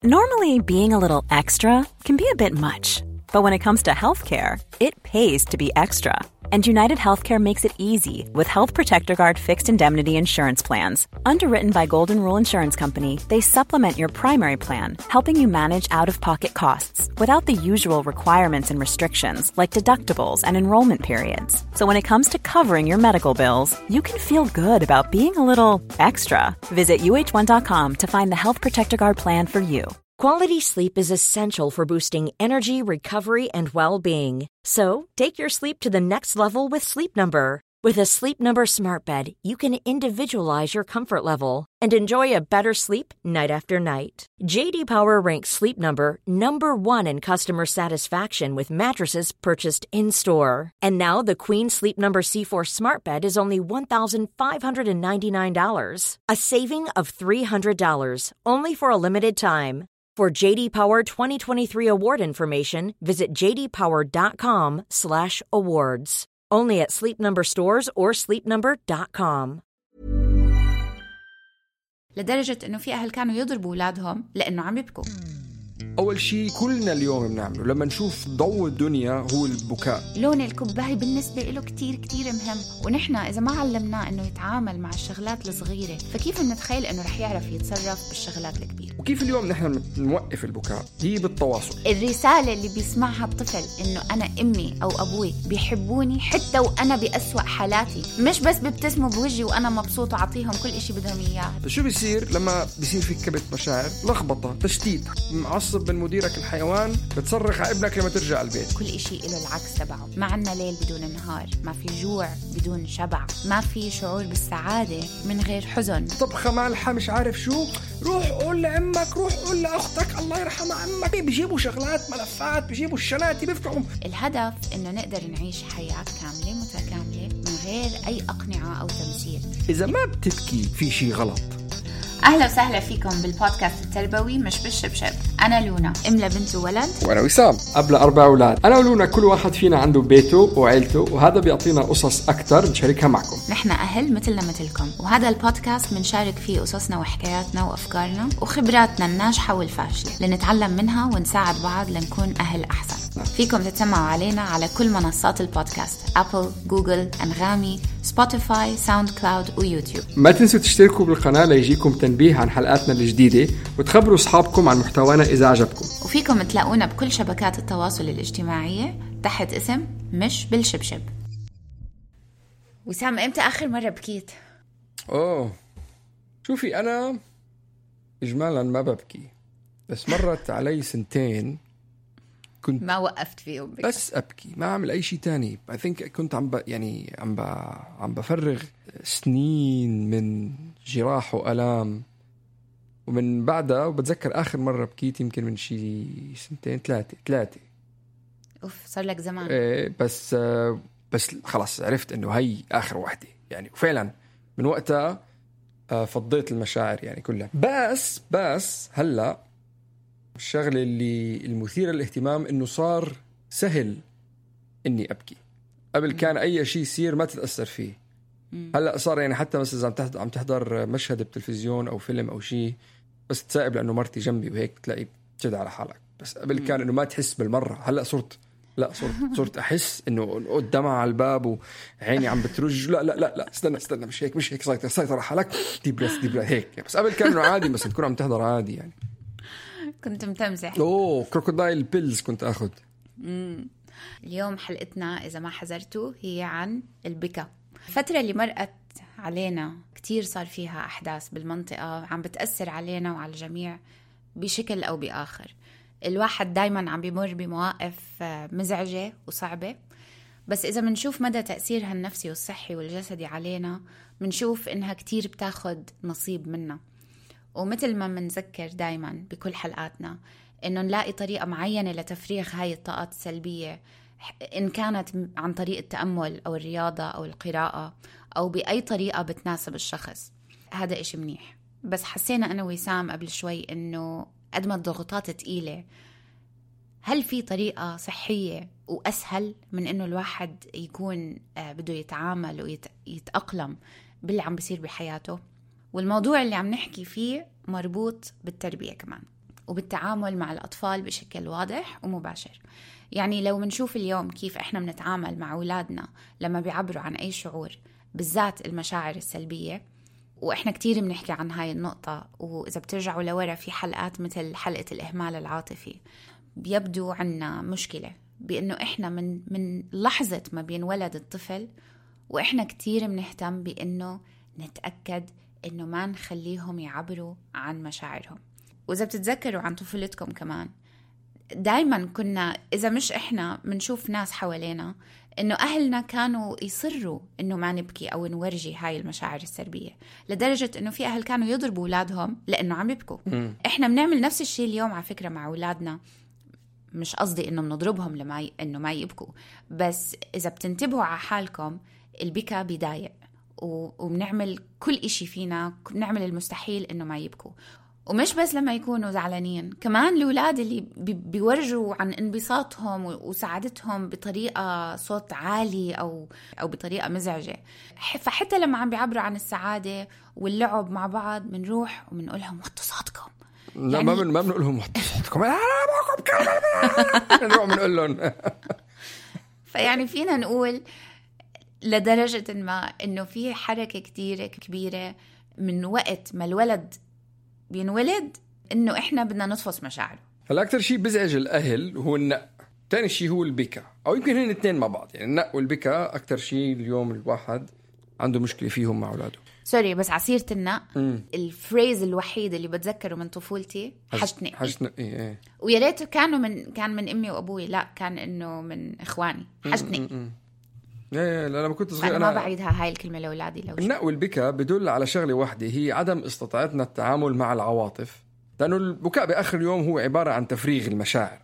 Normally, being a little extra can be a bit much, but when it comes to healthcare, it pays to be extra. And United Healthcare makes it easy with Health Protector Guard fixed indemnity insurance plans. Underwritten by Golden Rule Insurance Company, they supplement your primary plan, helping you manage out-of-pocket costs without the usual requirements and restrictions like deductibles and enrollment periods. So when it comes to covering your medical bills, you can feel good about being a little extra. Visit uh1.com to find the Health Protector Guard plan for you. Quality sleep is essential for boosting energy, recovery, and well-being. So, take your sleep to the next level with Sleep Number. With a Sleep Number smart bed, you can individualize your comfort level and enjoy a better sleep night after night. J.D. Power ranks Sleep Number #1 in customer satisfaction with mattresses purchased in-store. And now the Queen Sleep Number C4 smart bed is only $1,599, a saving of $300, only for a limited time. For J.D. Power 2023 award information, visit jdpower.com/awards. Only at Sleep Number stores or sleepnumber.com. لدرجة إنه في أهل كانوا يضربوا أولادهم لأنه عم يبكوا. أول شيء كلنا اليوم بنعمله لما نشوف ضوء الدنيا هو البكاء. لون الكوباية بالنسبة له كتير كتير مهم، ونحن إذا ما علمناه إنه يتعامل مع الشغلات الصغيرة فكيف نتخيل إنه رح يعرف يتصرف بالشغلات الكبيرة؟ وكيف اليوم نحن نوقف البكاء؟ هي بالتواصل. الرسالة اللي بيسمعها الطفل إنه أنا أمي أو أبوي بيحبوني حتى وأنا بأسوأ حالاتي، مش بس بيبتسموا بوجهي وأنا مبسوط وأعطيهم كل إشي بدهم إياه. شو بيصير لما بيصير في كبت مشاعر؟ لخبطة، تشتيت، معصب من مديرك الحيوان، بتصرخ على ابنك لما ترجع البيت. كل إشي له العكس تبعه. ما عنا ليل بدون نهار، ما في جوع بدون شبع، ما في شعور بالسعادة من غير حزن. طبخة مالحة مش عارف شو، روح قول لأمك، روح قول لأختك الله يرحم عمك. بيجيبوا شغلات ملفات، بيجيبوا الشناتي، بيفتحوا. الهدف إنه نقدر نعيش حياة كاملة متكاملة من غير أي أقنعة أو تمثيل. إذا ما بتبكي في شي غلط. أهلا وسهلا فيكم بالبودكاست التربوي مش بالشبشب. أنا لونا، إملا بنت وولد، وأنا وسام قبل 4 أولاد. أنا ولونا كل واحد فينا عنده بيته وعيلته، وهذا بيعطينا قصص أكتر نشاركها معكم. نحن أهل مثلنا مثلكم، وهذا البودكاست بنشارك فيه قصصنا وحكاياتنا وأفكارنا وخبراتنا الناجحة والفاشلة لنتعلم منها ونساعد بعض لنكون أهل أحسن. فيكم تتسمعوا علينا على كل منصات البودكاست: أبل، جوجل، أنغامي، سبوتيفاي، ساوند كلاود ويوتيوب. ما تنسوا تشتركوا بالقناة ليجيكم تنبيه عن حلقاتنا الجديدة، وتخبروا أصحابكم عن محتوانا إذا عجبكم. وفيكم تلاقونا بكل شبكات التواصل الاجتماعية تحت اسم مش بالشبشب. وسام، إمتى آخر مرة بكيت؟ شوفي، أنا إجمالا ما ببكي، بس مرت علي 2 كنت ما وقفت فيهم بس أبكي، ما أعمل أي شيء تاني. I think كنت عم بفرغ سنين من جراح وألام، ومن بعدها وبتذكر آخر مرة بكيت يمكن من شي 2-3. صار لك زمان. بس خلاص عرفت إنه هي آخر واحدة يعني، وفعلا من وقتها فضيت المشاعر يعني كلها. بس هلأ الشغلة اللي المثيرة للاهتمام إنه صار سهل إني أبكي. قبل كان أي شيء يصير ما تتأثر فيه. هلأ صار يعني حتى مثلا إذا عم تحضر مشهد بالتلفزيون أو فيلم أو شيء، بس تسائب لأنه مرتي جنبي وهيك تلاقي تشد على حالك. بس قبل كان إنه ما تحس بالمرة. هلأ صرت أحس إنه الدمع على الباب وعيني عم بترج. لا استنى مش هيك سيطر على حالك، ديب بريث هيك. بس قبل كان إنه عادي، بس تكون عم تحضر عادي يعني. كنت متمزح. كروكودايل بيلز كنت أخذ. اليوم حلقتنا إذا ما حذرتوا هي عن البكاء. الفترة اللي مرقت علينا كتير صار فيها أحداث بالمنطقة عم بتأثر علينا وعلى الجميع بشكل أو بآخر. الواحد دايما عم بيمر بمواقف مزعجة وصعبة، بس إذا منشوف مدى تأثيرها النفسي والصحي والجسدي علينا منشوف إنها كتير بتاخد نصيب منا. ومثل ما منذكر دايما بكل حلقاتنا إنه نلاقي طريقة معينة لتفريغ هاي الطاقات السلبية، إن كانت عن طريق التأمل أو الرياضة أو القراءة أو بأي طريقة بتناسب الشخص. هذا إشي منيح. بس حسينا أنا وسام قبل شوي إنه قد ما الضغوطات تقيلة، هل في طريقة صحية وأسهل من إنه الواحد يكون بده يتعامل ويتأقلم باللي عم بيصير بحياته؟ والموضوع اللي عم نحكي فيه مربوط بالتربية كمان. وبالتعامل مع الأطفال بشكل واضح ومباشر. يعني لو منشوف اليوم كيف إحنا بنتعامل مع أولادنا لما بيعبروا عن أي شعور، بالذات المشاعر السلبية، وإحنا كتير بنحكي عن هاي النقطة، وإذا بترجعوا لورا في حلقات مثل حلقة الإهمال العاطفي، بيبدو عنا مشكلة بأنه إحنا من لحظة ما بينولد الطفل وإحنا كتير بنهتم بأنه نتأكد أنه ما نخليهم يعبروا عن مشاعرهم. وإذا بتتذكروا عن طفولتكم كمان، دايما كنا إذا مش إحنا منشوف ناس حوالينا إنه أهلنا كانوا يصروا إنه ما نبكي أو نورجي هاي المشاعر السلبية، لدرجة إنه في أهل كانوا يضربوا أولادهم لأنه عم يبكوا. إحنا بنعمل نفس الشيء اليوم على فكرة مع أولادنا. مش قصدي إنه بنضربهم إنه ما يبكوا، بس إذا بتنتبهوا على حالكم البكاء بيضايق، وبنعمل كل إشي فينا، بنعمل المستحيل إنه ما يبكوا. ومش بس لما يكونوا زعلانين، كمان الأولاد اللي بيورجوا عن انبساطهم وسعادتهم بطريقة صوت عالي أو بطريقة مزعجة. فحتى لما عم بيعبروا عن السعادة واللعب مع بعض بنروح وبنقول لهم وطوا صوتكم. لا يعني ما بنقول لهم وطوا صوتكم، نروح بنقول لهم. فيعني فينا نقول لدرجة ما إنه في حركة كتير كبيرة من وقت ما الولد بينولد إنه إحنا بدنا نطفص مشاعره. هلا أكتر شيء بزعج الأهل هو النق، تاني شيء هو البكاء، أو يمكن هن الاثنين مع بعض. يعني النق والبكاء أكتر شيء اليوم الواحد عنده مشكلة فيهم مع أولاده. سوري بس عصيرة النق الفريز الوحيد اللي بتذكره من طفولتي حشتنقي. إيه. ويا ريت كان من أمي وأبوي، لا كان إنه من إخواني حشتنقي. لا لما كنت صغير أنا ما بعيدها هاي الكلمة لأولادي. لو النق والبكاء بدل على شغلة واحدة، هي عدم استطاعتنا التعامل مع العواطف، لأنه البكاء بآخر اليوم هو عبارة عن تفريغ المشاعر.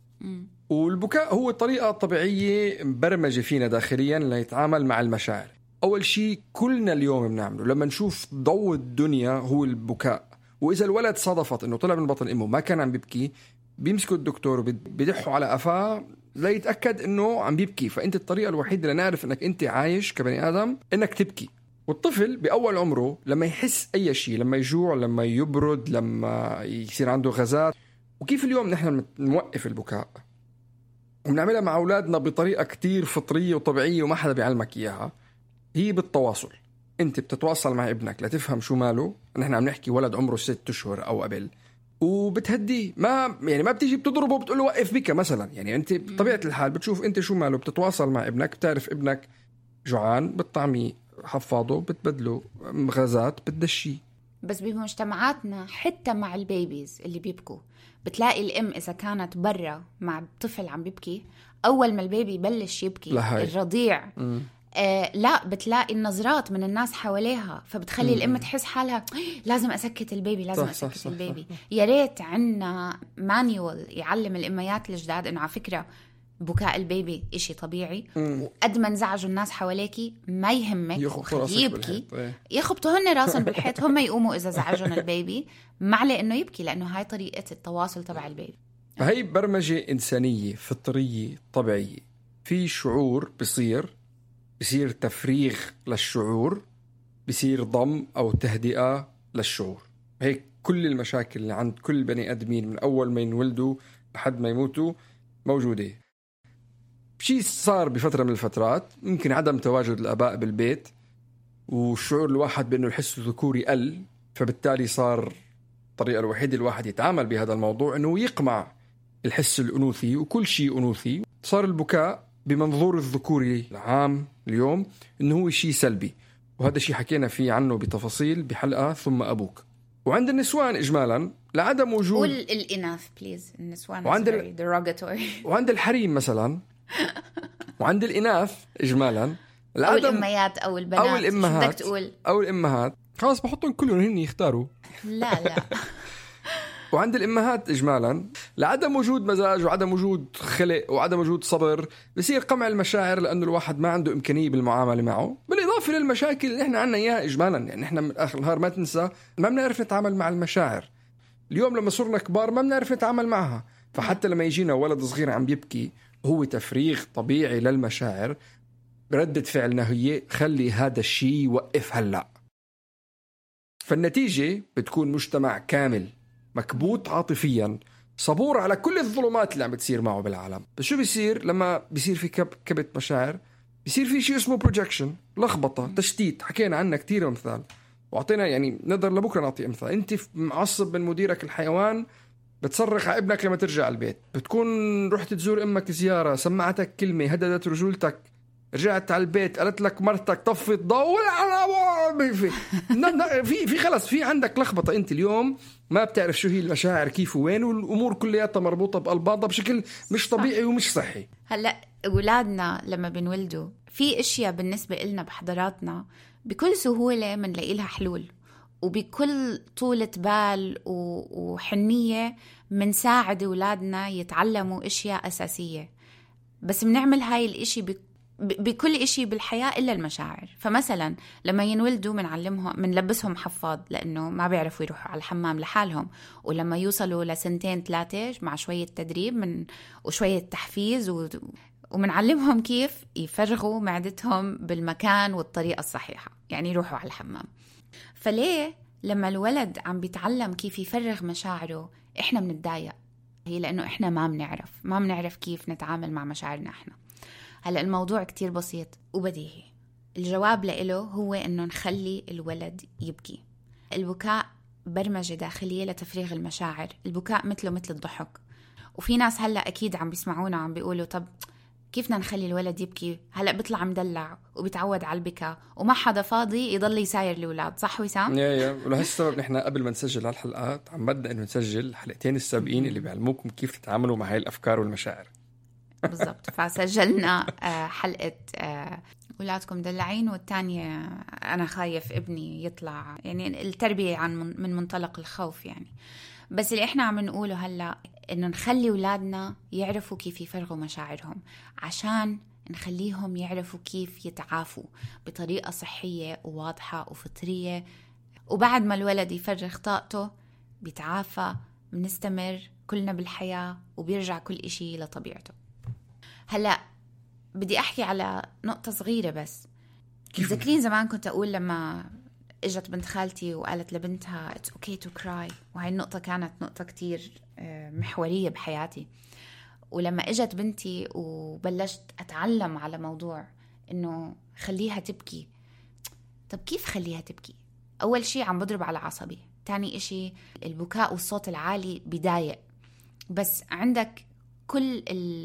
والبكاء هو طريقة طبيعية مبرمجة فينا داخليا لنتعامل مع المشاعر. أول شيء كلنا اليوم بنعمله لما نشوف ضوء الدنيا هو البكاء. وإذا الولد صادفت إنه طلع من بطن أمه ما كان عم بيبكي، بيمسكوا الدكتور وبيدحوا على قفاه لا يتأكد إنه عم بيبكي. فأنت الطريقة الوحيدة لنعرف إنك أنت عايش كبني آدم إنك تبكي. والطفل بأول عمره لما يحس أي شيء، لما يجوع، لما يبرد، لما يصير عنده غازات. وكيف اليوم نحن نوقف البكاء وبنعملها مع أولادنا بطريقة كتير فطرية وطبيعية وما حدا بيعلمك إياها، هي بالتواصل. أنت بتتواصل مع ابنك لتفهم شو ماله. نحن عم نحكي ولد عمره 6 أشهر أو قبل، وبتهديه. ما بتيجي بتضربه بتقول له وقف بكى مثلا. يعني انت بطبيعه الحال بتشوف انت شو ماله، بتتواصل مع ابنك، بتعرف ابنك جوعان، بتطعميه حفاضه، بتبدله غازات، بتدشيه. بس بمجتمعاتنا حتى مع البيبيز اللي بيبكوا بتلاقي الام اذا كانت برا مع طفل عم بيبكي، اول ما البيبي يبلش يبكي الرضيع لا بتلاقي النظرات من الناس حواليها، فبتخلي الام تحس حالها لازم اسكت البيبي، لازم اسكت البيبي. يا ريت عنا مانيوال يعلم الاميات الجداد انه على فكره بكاء البيبي إشي طبيعي، وقد ما انزعجوا الناس حواليكي ما يهمك يبكي، يخبطوا هن راسهم بالحيط، هم يقوموا اذا زعجون البيبي، ما عليه انه يبكي، لانه هاي طريقه التواصل تبع البيبي. فهي برمجه انسانيه فطريه طبيعيه. في شعور بصير تفريغ للشعور، بصير ضم أو تهدئة للشعور. هيك كل المشاكل اللي عند كل بني آدمين من أول ما ينولدوا لحد ما يموتوا موجودة. بشي صار بفترة من الفترات، ممكن عدم تواجد الآباء بالبيت والشعور الواحد بأنه الحس الذكوري قل، فبالتالي صار الطريقة الوحيدة الواحد يتعامل بهذا الموضوع أنه يقمع الحس الأنوثي وكل شيء أنوثي. صار البكاء بمنظور الذكوري العام اليوم إنه هو شيء سلبي، وهذا الشيء حكينا فيه عنه بتفاصيل بحلقة ثم أبوك. وعند النسوان إجمالا لعدم وجود، قول الإناث بليز، النسوان وعند الحريم مثلا، وعند الإناث إجمالا أو الأميات أو البنات أو الإمهات أو الإمهات، خلاص بحطهم كلهم هن يختاروا. لا وعند الإمهات إجمالا لعدم وجود مزاج وعدم وجود خلق وعدم وجود صبر بصير قمع المشاعر، لأنه الواحد ما عنده إمكانية بالمعاملة معه، بالإضافة للمشاكل اللي إحنا عنا إياها إجمالا. يعني إحنا من آخر النهار ما تنسى ما بنعرف نتعامل مع المشاعر. اليوم لما صرنا كبار ما بنعرف نتعامل معها، فحتى لما يجينا ولد صغير عم بيبكي هو تفريغ طبيعي للمشاعر، ردة فعلنا هي خلي هذا الشيء يوقف هلأ. فالنتيجة بتكون مجتمع كامل مكبوت عاطفيا، صبور على كل الظلمات اللي عم بتصير معه بالعالم. بس شو بيصير لما بيصير في كبت مشاعر؟ بيصير في شيء اسمه بروجكشن، لخبطة، تشتيت. حكينا عنها كتير أمثال وعطينا يعني نقدر لبكرة نعطي أمثال. أنت معصب من مديرك الحيوان، بتصرخ على ابنك لما ترجع البيت. بتكون رحت تزور أمك زيارة، سمعتك كلمة هددت رجولتك، رجعت على البيت قالت لك مرتك طفت ضوء في خلص في عندك لخبطة. أنت اليوم ما بتعرف شو هي المشاعر كيف وين، والأمور كلياتها مربوطة بقلب بعضها بشكل مش طبيعي ومش صحي. هلأ أولادنا لما بنولدوا في أشياء بالنسبة إلنا بحضاراتنا بكل سهولة منلاقي لها حلول، وبكل طولة بال وحنية منساعد أولادنا يتعلموا أشياء أساسية. بس بنعمل هاي الإشي بكل إشي بالحياة إلا المشاعر. فمثلا لما ينولدوا منلبسهم حفاض لأنه ما بيعرفوا يروحوا على الحمام لحالهم، ولما يوصلوا لسنتين 3 مع شوية تدريب وشوية تحفيز ومنعلمهم كيف يفرغوا معدتهم بالمكان والطريقة الصحيحة، يعني يروحوا على الحمام. فليه لما الولد عم بيتعلم كيف يفرغ مشاعره إحنا بنتضايق؟ هي لأنه إحنا ما بنعرف كيف نتعامل مع مشاعرنا إحنا. هلأ الموضوع كتير بسيط وبديهي. الجواب له هو إنه نخلي الولد يبكي. البكاء برمجة داخلية لتفريغ المشاعر. البكاء مثل الضحك. وفي ناس هلأ أكيد عم بيسمعونا عم بيقولوا طب كيف بدنا نخلي الولد يبكي؟ هلأ بيطلع مدلع وبيتعود على البكاء وما حدا فاضي يضل يساير الأولاد، صح وسام؟ يا ولهالسبب نحن قبل ما نسجل هالحلقات عم بدنا إنه نسجل الحلقتين السابقين اللي بيعلموكم كيف تتعاملوا مع هاي الأفكار والمشاعر. بالضبط. فسجلنا حلقة أولادكم مدلعين، والتانية أنا خايف ابني يطلع، يعني التربية من منطلق الخوف يعني. بس اللي إحنا عم نقوله هلأ إنه نخلي أولادنا يعرفوا كيف يفرغوا مشاعرهم، عشان نخليهم يعرفوا كيف يتعافوا بطريقة صحية وواضحة وفطرية. وبعد ما الولد يفرغ طاقته بيتعافى، بنستمر كلنا بالحياة وبيرجع كل إشي لطبيعته. هلأ بدي أحكي على نقطة صغيرة بس. تذكرين زمان كنت أقول لما إجت بنت خالتي وقالت لبنتها it's okay to cry، وهي النقطة كانت نقطة كتير محورية بحياتي. ولما إجت بنتي وبلشت أتعلم على موضوع إنه خليها تبكي. طب كيف خليها تبكي؟ أول شيء عم بضرب على عصبي، تاني إشي البكاء والصوت العالي بضايق. بس عندك كل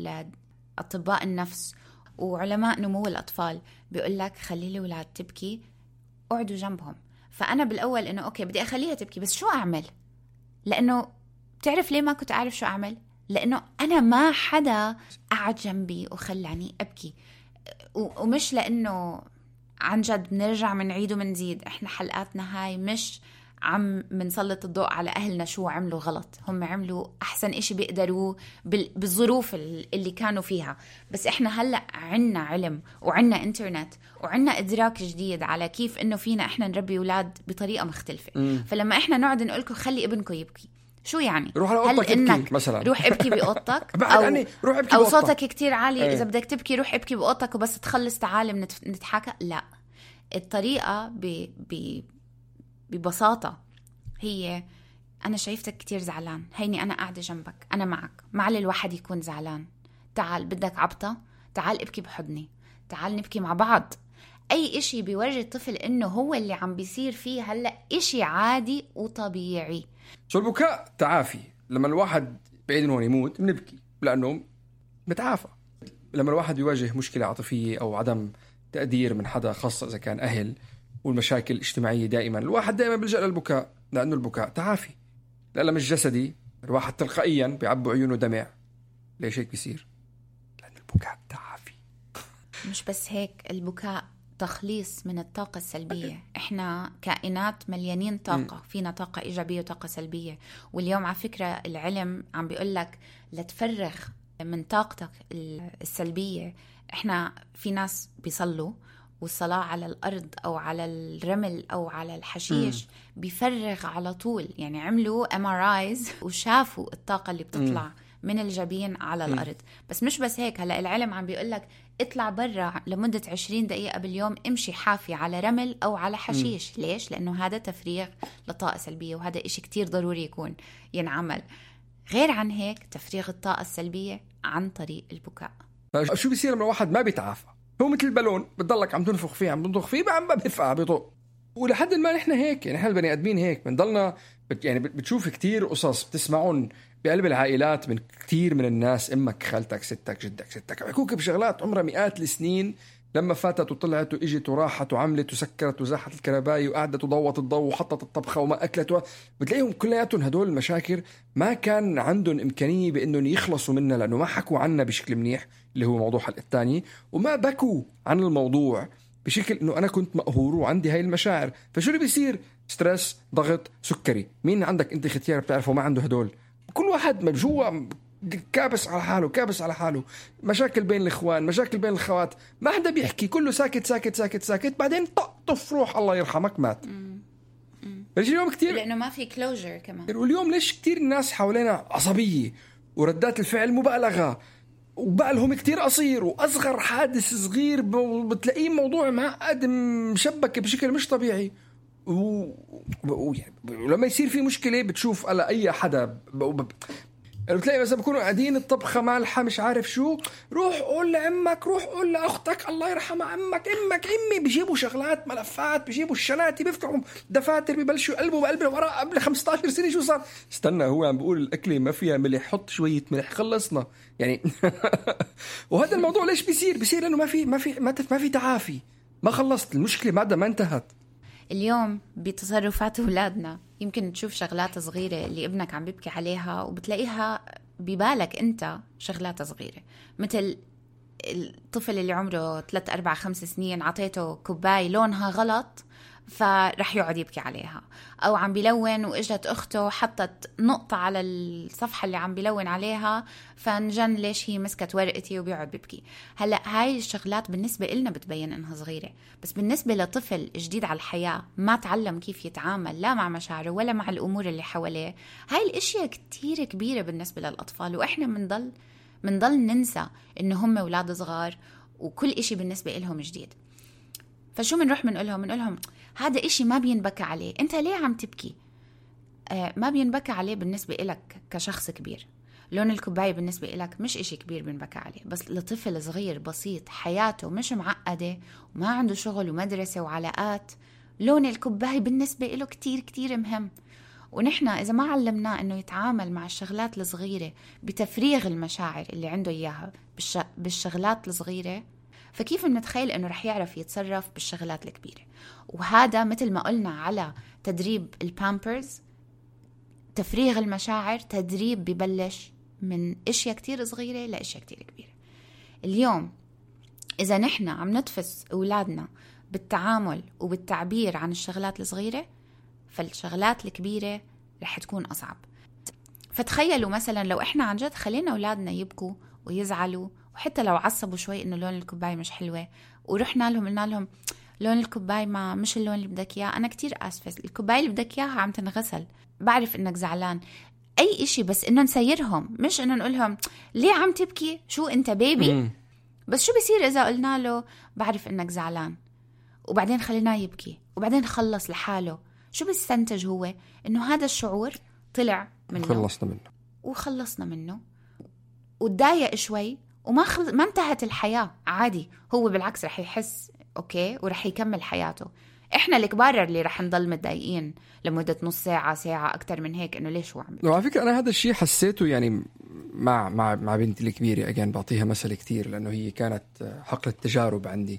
أطباء النفس وعلماء نمو الأطفال بيقول لك خلي الأولاد تبكي، اقعدوا جنبهم. فأنا بالأول إنه أوكي بدي أخليها تبكي، بس شو أعمل؟ لأنه بتعرف ليه ما كنت أعرف شو أعمل؟ لأنه أنا ما حدا قعد جنبي وخلاني أبكي. ومش لأنه عن جد بنرجع منعيد ومنزيد. إحنا حلقاتنا هاي مش عم منسلط الضوء على أهلنا شو عملوا غلط، هم عملوا أحسن إشي بيقدروا بالظروف اللي كانوا فيها. بس إحنا هلأ عنا علم وعنا إنترنت وعنا إدراك جديد على كيف إنه فينا إحنا نربي أولاد بطريقة مختلفة. فلما إحنا نقعد نقولكم خلي ابنكم يبكي، شو يعني؟ روح على أوضتك ابكي مثلا، روح ابكي بأوضتك أو صوتك كتير عالي إذا بدك تبكي روح ابكي بأوضتك وبس تخلص تعالي نتحكى. لا، الطريقة ببساطة هي أنا شايفتك كتير زعلان، هيني أنا قاعدة جنبك، أنا معك، معلي الواحد يكون زعلان، تعال بدك عبطة، تعال ابكي بحضني، تعال نبكي مع بعض. أي إشي بيورجي الطفل إنه هو اللي عم بيصير فيه هلأ إشي عادي وطبيعي. شو البكاء تعافي. لما الواحد بعيد إنه يموت بنبكي لأنه بتعافى. لما الواحد يواجه مشكلة عاطفية أو عدم تقدير من حدا، خاصة إذا كان أهل، والمشاكل الاجتماعية دائما الواحد دائما بيلجأ للبكاء، لأنه البكاء تعافي. الألم الجسدي الواحد تلقائيا بيعبوا عيونه دمع. ليش هيك بيصير؟ لأن البكاء تعافي. مش بس هيك، البكاء تخليص من الطاقة السلبية. إحنا كائنات مليانين طاقة، فينا طاقة إيجابية وطاقة سلبية. واليوم على فكرة العلم عم بيقولك لتفرغ من طاقتك السلبية. إحنا في ناس بيصلوا والصلاة على الأرض أو على الرمل أو على الحشيش بيفرغ على طول. يعني عملوا MRIs وشافوا الطاقة اللي بتطلع من الجبين على الأرض. بس مش بس هيك، هلأ العلم عم بيقولك اطلع برا لمدة 20 دقيقة باليوم، امشي حافي على رمل أو على حشيش. ليش؟ لأنه هذا تفريغ لطاقة سلبية، وهذا إشي كتير ضروري يكون ينعمل. غير عن هيك تفريغ الطاقة السلبية عن طريق البكاء. شو بيصير لما واحد ما بيتعافى؟ هو مثل البالون، بتضلك عم تنفخ فيه عم تنفخ فيه عم بيفقع بيطق. ولحد ما نحن هيك، يعني نحن البني آدمين هيك بنضلنا يعني بتشوف كتير قصص بتسمعون بقلب العائلات من كتير من الناس، امك خالتك ستك جدك ستك بيحكوك بشغلات عمرها مئات السنين، لما فاتت وطلعت واجت وراحت وعملت وسكرت وزاحت الكرباي وقعدت وضوت الضوء وحطت الطبخة وما أكلت بتلاقيهم كلياتهم هدول المشاكل ما كان عندهم إمكانية بأنهم يخلصوا منها، لأنه ما حكوا عنها بشكل منيح اللي هو موضوع حلقة الثاني، وما بكوا عن الموضوع بشكل أنه أنا كنت مقهور وعندي هاي المشاعر. فشو اللي بيصير؟ ستريس، ضغط، سكري. مين عندك أنت ختيار بتعرفه ما عنده هدول؟ كل واحد مجوع كابس على حاله، كابس على حاله، مشاكل بين الإخوان، مشاكل بين الخوات، ما حدا بيحكي، كله ساكت ساكت ساكت ساكت، بعدين طف روح الله يرحمك مات. ليش اليوم كتير؟ لأنه ما في كلوجر كمان. واليوم ليش كتير الناس حوالينا عصبية وردات الفعل مبالغة وبقالهم كتير قصير، وأصغر حادث صغير بتلاقيه موضوع معقد مشبك بشكل مش طبيعي. ولما يصير في مشكلة بتشوف على أي حدا بتلاقي مثلا بكونوا قاعدين الطبخة مالحة مش عارف شو، روح قول لعمك، روح قول لأختك الله يرحمها، عمك أمك أمي، بيجيبوا شغلات ملفات، بيجيبوا الشناتي، بيفتحوا دفاتر، بيبلشوا يقلبوا بقلب الورق. قبل 15 سنة شو صار؟ استنى، هو عم بيقول الأكلة ما فيها ملح، حط شوية ملح خلصنا يعني. وهذا الموضوع ليش بيصير لأنه ما في تعافي، ما خلصت المشكلة ما انتهت. اليوم بتصرفات أولادنا يمكن تشوف شغلات صغيرة اللي ابنك عم بيبكي عليها وبتلاقيها ببالك أنت شغلات صغيرة، مثل الطفل اللي عمره 3 4 5 سنين عطيته كوباي لونها غلط فرح يقعد يبكي عليها، أو عم بيلون وإجت أخته حطت نقطة على الصفحة اللي عم بيلون عليها فنجن ليش هي مسكت ورقتي وبيقعد بيبكي. هلأ هاي الشغلات بالنسبة إلنا بتبين إنها صغيرة، بس بالنسبة لطفل جديد على الحياة ما تعلم كيف يتعامل لا مع مشاعره ولا مع الأمور اللي حواليه، هاي الأشياء كتير كبيرة بالنسبة للأطفال، وإحنا منضل ننسى إنه هم أولاد صغار وكل إشي بالنسبة إلهم جديد. فشو منروح منقولهم هذا إشي ما بينبكى عليه، أنت ليه عم تبكي؟ ما بينبكى عليه بالنسبة إلك كشخص كبير. لون الكوباية بالنسبة إلك مش إشي كبير بينبكى عليه، بس لطفل صغير بسيط حياته مش معقدة وما عنده شغل ومدرسة وعلاقات، لون الكوباية بالنسبة إله كتير كتير مهم. ونحن إذا ما علمناه إنه يتعامل مع الشغلات الصغيرة بتفريغ المشاعر اللي عنده إياها بالشغلات الصغيرة، فكيف بنتخيل إنه رح يعرف يتصرف بالشغلات الكبيرة؟ وهذا مثل ما قلنا على تدريب البامبرز، تفريغ المشاعر تدريب ببلش من إشياء كتير صغيرة لإشياء كتير كبيرة. اليوم إذا نحن عم نتفس أولادنا بالتعامل وبالتعبير عن الشغلات الصغيرة، فالشغلات الكبيرة رح تكون أصعب. فتخيلوا مثلا لو إحنا عن جد خلينا أولادنا يبكوا ويزعلوا، وحتى لو عصبوا شوي إنه لون الكوباية مش حلوة، ورحنا لهم قلنا لهم لون الكوباية ما مش اللون اللي بدك إياه، أنا كتير آسفة الكوباية اللي بدك إياها عم تنغسل، بعرف إنك زعلان، أي إشي، بس إنه نسيرهم، مش إنه نقولهم ليه عم تبكي، شو أنت بيبي؟ بس شو بيصير إذا قلنا له بعرف إنك زعلان وبعدين خليناه يبكي وبعدين خلص لحاله؟ شو بيستنتج هو؟ إنه هذا الشعور طلع منه وخلصنا منه وتضايق شوي وما ما انتهت الحياة عادي، هو بالعكس رح يحس أوكي ورح يكمل حياته. إحنا الكبار اللي رح نضل متضايقين لمدة نص ساعة ساعة أكتر من هيك، إنه ليش هو عم وعلى فكرة أنا هذا الشيء حسيته يعني مع بنتي الكبيرة، أجان بعطيها مثل كتير لأنه هي كانت حقل التجارب عندي.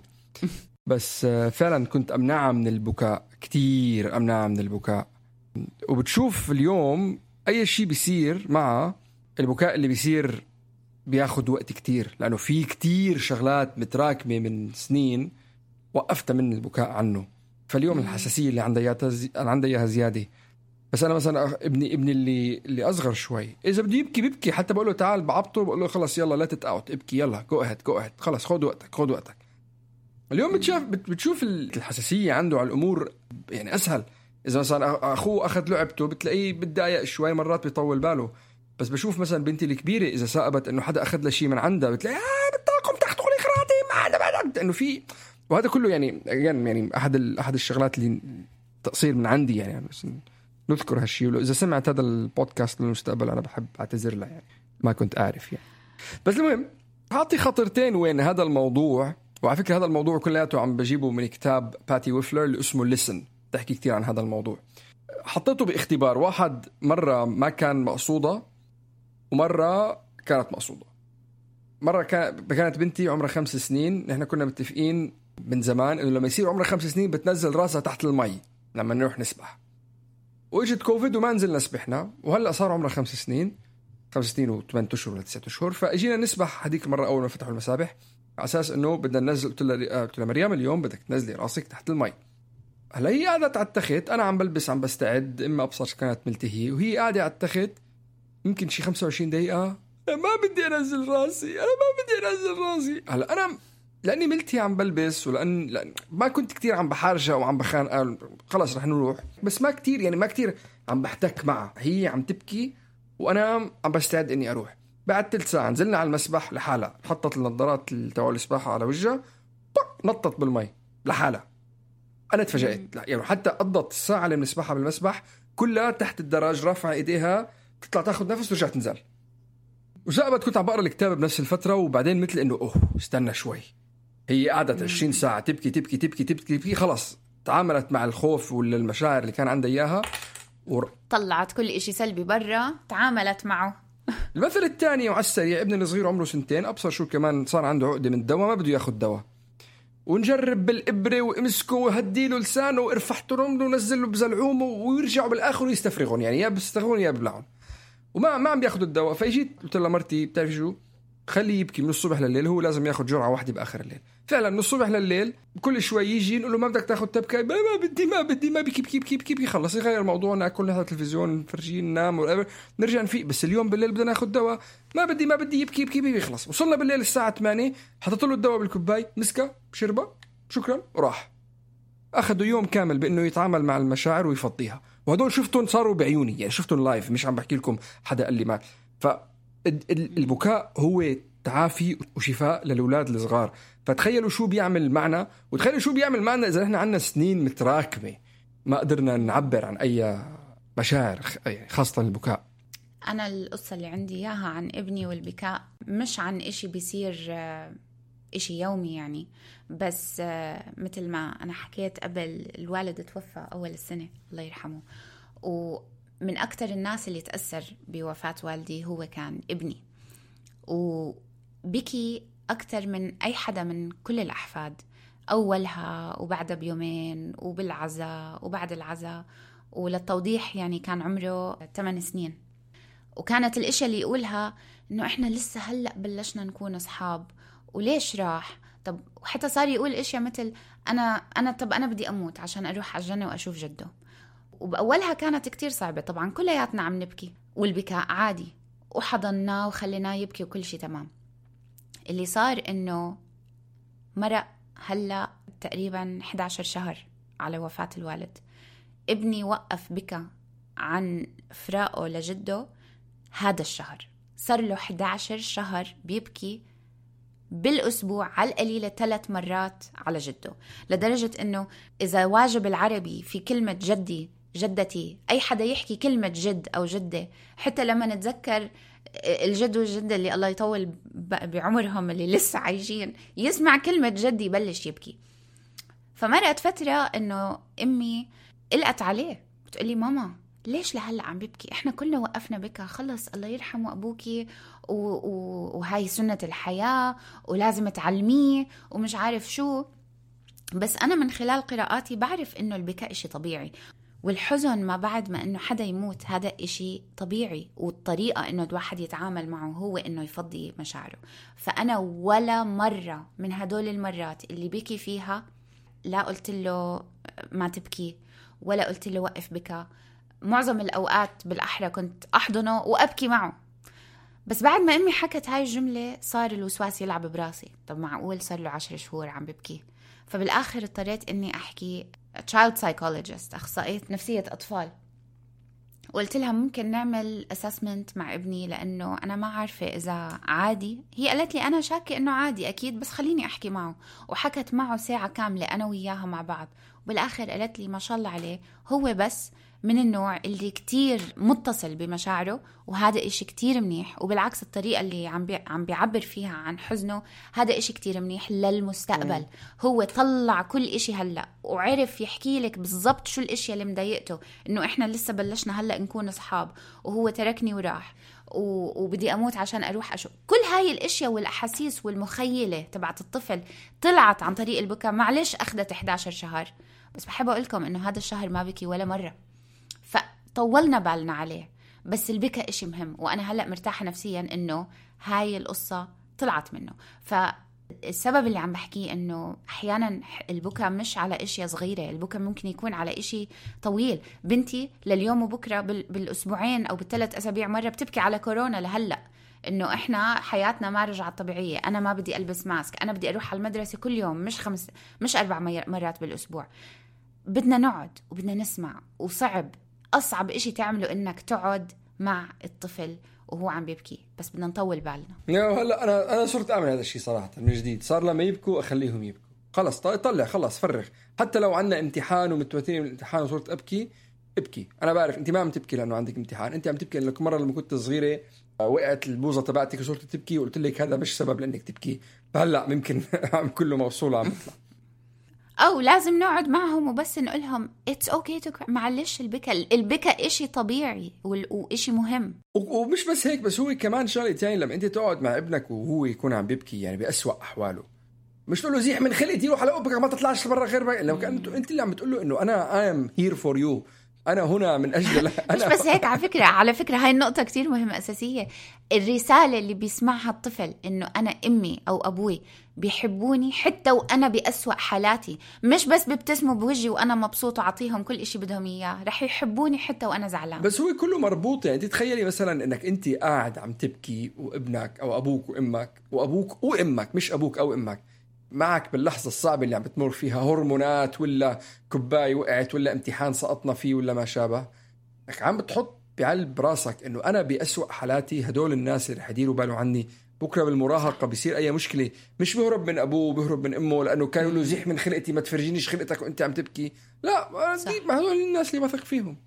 بس فعلا كنت أمنعها من البكاء كتير، أمنعها من البكاء. وبتشوف اليوم أي شيء بيصير مع البكاء اللي بيصير بياخد وقت كتير، لأنه في كتير شغلات متراكمة من سنين وقفت من البكاء عنه. فاليوم الحساسية اللي عندي إياها زيادة. بس أنا مثلا ابني اللي أصغر شوي إذا بده يبكي بيبكي، حتى بقوله تعال بعبطه بقوله خلص يلا لا تتقعد ابكي، يلا جو أهد خلص خد وقتك. اليوم بتشوف الحساسية عنده على الأمور يعني أسهل. إذا مثلا أخوه أخذ لعبته بتلاقيه بتضايق شوي، مرات بيطول باله. بس بشوف مثلا بنتي الكبيرة إذا سأبت إنه حدا أخذ لها شيء من عندها بتلاقي بدكم تاخذوا لي خراتي ما عندها إنه في، وهذا كله يعني أحد الشغلات اللي تقصير من عندي يعني بس نذكر هالشيء. ولو إذا سمعت هذا البودكاست للمستقبل أنا بحب أعتذر لها يعني ما كنت أعرف يعني. بس المهم أعطي خطرتين وين هذا الموضوع. وعلى فكرة هذا الموضوع كلياته عم بجيبه من كتاب باتي ويفلر اللي اسمه Listen، تحكي كتير عن هذا الموضوع. حطيته باختبار واحد، مرة ما كان مقصودة ومرة كانت مقصودة. مرة كانت بنتي عمرها 5 سنين، نحن كنا متفقين من زمان إنه لما يصير عمرها 5 سنين بتنزل راسها تحت المي لما نروح نسبح، وإجت كوفيد وما نزلنا سبحنا، وهلأ صار عمرها 5 سنين 5 سنين و8 أشهر ولا 9 أشهر. فأجينا نسبح هذيك المرة أول ما فتحوا المسابح على أساس إنه بدنا ننزل. قلت لها مريم اليوم بدك تنزلي راسك تحت المي. هلا هي قاعدة على التخت، أنا عم بلبس عم بستعد، إما أبصر كانت ملتهية، وهي قاعدة على التخت يمكن شي 25 دقيقة ما بدي أنزل راسي، أنا ما بدي أنزل راسي. هلا أنا لأني ملتهي عم بلبس لأن ما كنت كتير عم بحارجها وعم بخان، خلاص رح نروح، بس ما كتير يعني ما كتير عم بحتك معها، هي عم تبكي وأنا عم بستعد إني أروح. بعد 3 ساعة نزلنا على المسبح لحالها، حطت النظارات تبع السباحة على وجهها، نطت بالمي لحالها. أنا تفاجأت يعني حتى قضت الساعة اللي بنسبحها بالمسبح كلها تحت الدراج رافعة إيديها تطلع تاخد نفس ورجعت تنزل. وزابت كنت عم بقرأ الكتاب بنفس الفترة، وبعدين مثل إنه استنى شوي، هي قعدت 20 ساعة تبكي تبكي تبكي تبكي تبكي، خلاص تعاملت مع الخوف والمشاعر اللي كان عندها إياها طلعت كل إشي سلبي برا، تعاملت معه. المثل الثاني وعلى السريع، ابني الصغير عمره 2 سنين، أبصر شو كمان صار عنده عقدة من الدواء، ما بده ياخد دواء، ونجرب بالإبرة وامسكه وهديله لسانه وارفحته رمله ونزله بزلعومه ويرجعوا بالآخر يستفرغون، يعني يا بيستغلون يا ببلعون، وما عم بياخدوا الدواء. فاجيت قلت لها مرتي بتعرفي شو، خليه يبكي من الصبح لليل، هو لازم ياخد جرعة واحدة بآخر الليل. فعلا من الصبح لليل كل شوي يجي نقول له ما بدك تاخد تبكي، ما بدي ما بكي خلص يغير الموضوع، ناكل نحضر تلفزيون نفرجي ننام نرجع نفيق، بس اليوم بالليل بدنا ناخد دواء، ما بدي يبكي خلص. وصلنا بالليل الساعة 8، حطيت له الدواء بالكوباي، مسكه شربه شكرا وراح. أخذوا يوم كامل بأنه يتعامل مع المشاعر ويفضيها، وهدول شفتهم صاروا بعيوني، يعني شفتهم لايف، مش عم بحكي لكم حدا قال لي ما. فالبكاء هو تعافي وشفاء للأولاد الصغار. فتخيلوا شو بيعمل معنا، وتخيلوا شو بيعمل معنا إذا إحنا عنا سنين متراكمة ما قدرنا نعبر عن أي مشاعر، خاصة البكاء. أنا القصة اللي عندي إياها عن ابني والبكاء مش عن إشي بيصير إشي يومي يعني، بس مثل ما أنا حكيت قبل، الوالد توفى أول السنة الله يرحمه، ومن أكتر الناس اللي تأثر بوفاة والدي هو كان ابني، وبكي أكتر من أي حدا من كل الأحفاد، أولها وبعدها بيومين وبالعزاء وبعد العزاء. وللتوضيح يعني كان عمره 8 سنين، وكانت الاشياء اللي يقولها إنه إحنا لسه هلأ بلشنا نكون أصحاب، وليش راح، طب وحتى صار يقول اشياء مثل أنا بدي أموت عشان أروح على الجنة وأشوف جده. وبأولها كانت كتير صعبة طبعا، كلياتنا عم نبكي والبكاء عادي، وحضناه وخليناه يبكي وكل شيء تمام. اللي صار إنه مرق هلأ تقريبا 11 شهر على وفاة الوالد، ابني وقف بكى عن فراقه لجده هذا الشهر، صار له 11 شهر بيبكي بالأسبوع على القليلة 3 مرات على جده، لدرجة إنه إذا واجب العربي في كلمة جدي جدتي، أي حدا يحكي كلمة جد أو جدة، حتى لما نتذكر الجد والجدة اللي الله يطول بعمرهم اللي لسه عايشين، يسمع كلمة جدي يبلش يبكي. فمرقت فترة إنه أمي قلقت عليه، بتقولي ماما ليش لهلأ عم بيبكي، إحنا كلنا وقفنا بكى، خلص الله يرحمه أبوكي وهاي سنة الحياة ولازم تعلميه ومش عارف شو. بس أنا من خلال قراءاتي بعرف إنه البكاء إشي طبيعي، والحزن ما بعد ما إنه حدا يموت هذا إشي طبيعي، والطريقة إنه الواحد يتعامل معه هو إنه يفضي مشاعره. فأنا ولا مرة من هدول المرات اللي بكي فيها لا قلت له ما تبكي ولا قلت له وقف بكى، معظم الأوقات بالأحرى كنت أحضنه وأبكي معه. بس بعد ما أمي حكت هاي الجملة صار الوسواس يلعب براسي، طب معقول صار له 10 شهور عم ببكي؟ فبالآخر اضطريت إني أحكي child psychologist، أخصائية نفسية أطفال. قلت لها ممكن نعمل assessment مع ابني لأنه أنا ما عارفة إذا عادي. هي قالت لي أنا شاكة إنه عادي أكيد، بس خليني أحكي معه. وحكت معه ساعة كاملة أنا وياها مع بعض، وبالآخر قالت لي ما شاء الله عليه، هو بس من النوع اللي كتير متصل بمشاعره، وهذا إشي كتير منيح. وبالعكس الطريقة اللي عم بيعبر فيها عن حزنه هذا إشي كتير منيح للمستقبل. هو طلع كل إشي هلأ، وعرف يحكي لك بالضبط شو الإشياء اللي مضايقته، إنه إحنا لسه بلشنا هلأ نكون أصحاب، وهو تركني وراح، وبدي أموت عشان أروح أشوف. كل هاي الإشياء والأحاسيس والمخيلة تبعت الطفل طلعت عن طريق البكاء. معلش أخذت 11 شهر، بس بحب أقولكم إنه هذا الشهر ما بكي ولا مرة، فطولنا بالنا عليه. بس البكاء إشي مهم، وأنا هلأ مرتاحة نفسيا إنه هاي القصة طلعت منه. فالسبب اللي عم بحكيه إنه أحيانا البكاء مش على إشي صغيرة، البكاء ممكن يكون على إشي طويل. بنتي لليوم وبكرة بالأسبوعين أو بالثلاث أسابيع مرة بتبكي على كورونا لهلأ، إنه إحنا حياتنا ما رجعت طبيعية، أنا ما بدي ألبس ماسك، أنا بدي أروح على المدرسة كل يوم مش 4 مرات بالأسبوع. بدنا نقعد وبدنا نسمع، وصعب أصعب إشي تعمله إنك تقعد مع الطفل وهو عم بيبكي، بس بدنا نطول بالنا. هلا أنا صرت أعمل هذا الشيء صراحة من جديد. صار لما يبكوا أخليهم يبكوا، خلص طلع، خلص فرغ. حتى لو عنا امتحان ومتوترين من الامتحان وصرت ابكي، أنا بعرف أنت ما عم تبكي لأنه عندك امتحان، أنت عم تبكي لأنك مرة لما كنت صغيرة وقعت البوزة تبعتك وصرت تبكي، وقلت لك هذا مش سبب لأنك تبكي. فهلا ممكن عم كله موصول عم يطلع. أو لازم نقعد معهم وبس نقولهم it's okay to cry. معلش البكاء إشي طبيعي وإشي مهم. ومش بس هيك، بس هو كمان شغلة تاني لما أنت تقعد مع ابنك وهو يكون عم بيبكي يعني بأسوأ أحواله، مش تقول له زيح من خلقتي روح على أبك ما تطلعش برا غير بقى. لو كان أنت اللي عم بتقول له إنه أنا I am here for you، أنا هنا من أجل مش بس هيك. على فكرة هاي النقطة كتير مهمة أساسية. الرسالة اللي بيسمعها الطفل إنه أنا أمي أو أبوي بيحبوني حتى وأنا بأسوأ حالاتي، مش بس بيبتسموا بوجهي وأنا مبسوطة أعطيهم كل إشي بدهم إياه، رح يحبوني حتى وأنا زعلان. بس هو كله مربوط. يعني تتخيلي مثلا إنك أنت قاعد عم تبكي وابنك أو أبوك وأمك مش أبوك أو أمك معك باللحظة الصعبة اللي عم بتمر فيها، هرمونات ولا كوباية وقعت ولا امتحان سقطنا فيه ولا ما شابه، عم بتحط بعلب راسك إنه أنا بأسوأ حالاتي، هدول الناس اللي حيديروا بالو عني بكرة بالمراهقة بيصير أي مشكلة، مش بهرب من أبوه بهرب من أمه لأنه كانوا له زيح من خلقتي ما تفرجينيش خلقتك وأنت عم تبكي. لا، ما هدول الناس اللي بثق فيهم.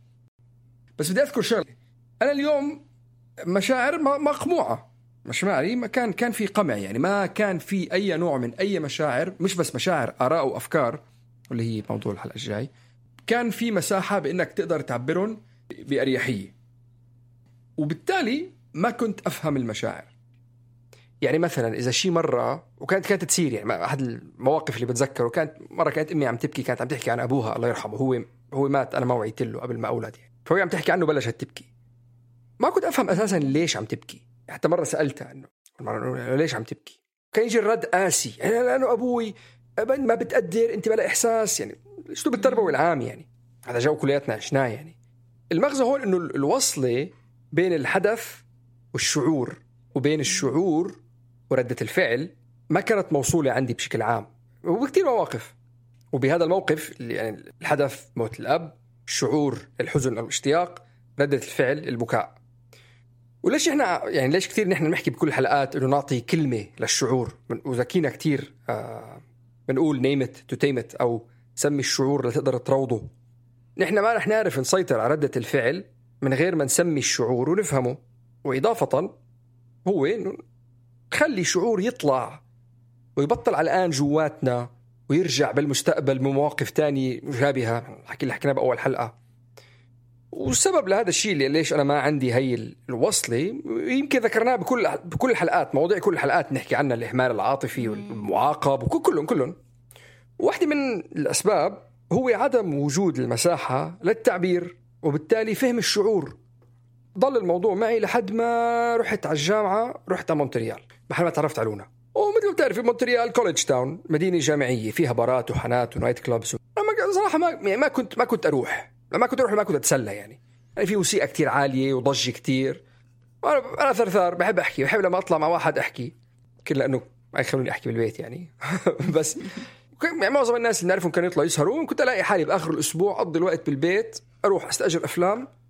بس بدي أذكر شغلة، أنا اليوم مشاعر مقموعة، مشاعري ما كان في قمع، يعني ما كان في أي نوع من أي مشاعر، مش بس مشاعر، آراء وأفكار، واللي هي موضوع الحلقة الجاي. كان في مساحة بأنك تقدر تعبرهم بأريحية، وبالتالي ما كنت أفهم المشاعر. يعني مثلا إذا شي مرة وكانت تصير، يعني أحد المواقف اللي بتذكره كانت مرة كانت أمي عم تبكي، كانت عم تحكي عن أبوها الله يرحمه، هو مات أنا ما وعيت له قبل ما أولد يعني، فهو عم تحكي عنه بلشت تبكي. ما كنت أفهم أساسا ليش عم تبكي. حتى مرة سألتها إنه ليش عم تبكي، كان يجي الرد قاسي، يعني لأنه أبوي ما بتقدر، أنت بلا إحساس، يعني أسلوب التربوي العام، يعني هذا جو كلياتنا عشناه. يعني المغزى هون إنه الوصلة بين الحدث والشعور وبين الشعور وردة الفعل ما كانت موصولة عندي بشكل عام، وبكتير مواقف. وبهذا الموقف يعني الحدث موت الأب، الشعور الحزن أو الاشتياق، ردة الفعل البكاء. وليش إحنا يعني ليش كتير نحن نحكي بكل الحلقات إنه نعطي كلمة للشعور، وذكينا كتير بنقول name it to tame it، أو سمي الشعور لتقدر تروضه. نحن ما رح نعرف نسيطر على ردة الفعل من غير ما نسمي الشعور ونفهمه. وإضافة هو إنه خلي شعور يطلع ويبطل على الآن جواتنا ويرجع بالمستقبل بمواقف تانية مشابهة، الحكي اللي حكيناه بأول حلقة. والسبب لهذا الشيء اللي ليش أنا ما عندي هاي الوصلة يمكن ذكرناه بكل الحلقات، مواضيع كل الحلقات نحكي عنها، الإهمال العاطفي والمعاقب وكلهم. واحدة من الأسباب هو عدم وجود المساحة للتعبير، وبالتالي فهم الشعور. ضل الموضوع معي لحد ما رحت على الجامعة، رحت على مونتريال محل ما تعرفت على لونا. ومثل ما بتعرفي مونتريال كوليدج تاون، مدينة جامعية فيها بارات وحانات ونايت كلوبس. أنا صراحة ما كنت أروح، ما كنت أتسلى يعني في موسيقى كتير عالية وضجة كتير. أنا ثرثار بحب أحكي، بحب لما أطلع مع واحد أحكي كل، لأنه ما يخلوني أحكي بالبيت يعني بس يعني معظم الناس اللي نعرفهم كانوا يطلعوا يسهروا، كنت ألاقي حالي بآخر الأسبوع أقضي الوقت بالبيت، أروح أستأجر أفلام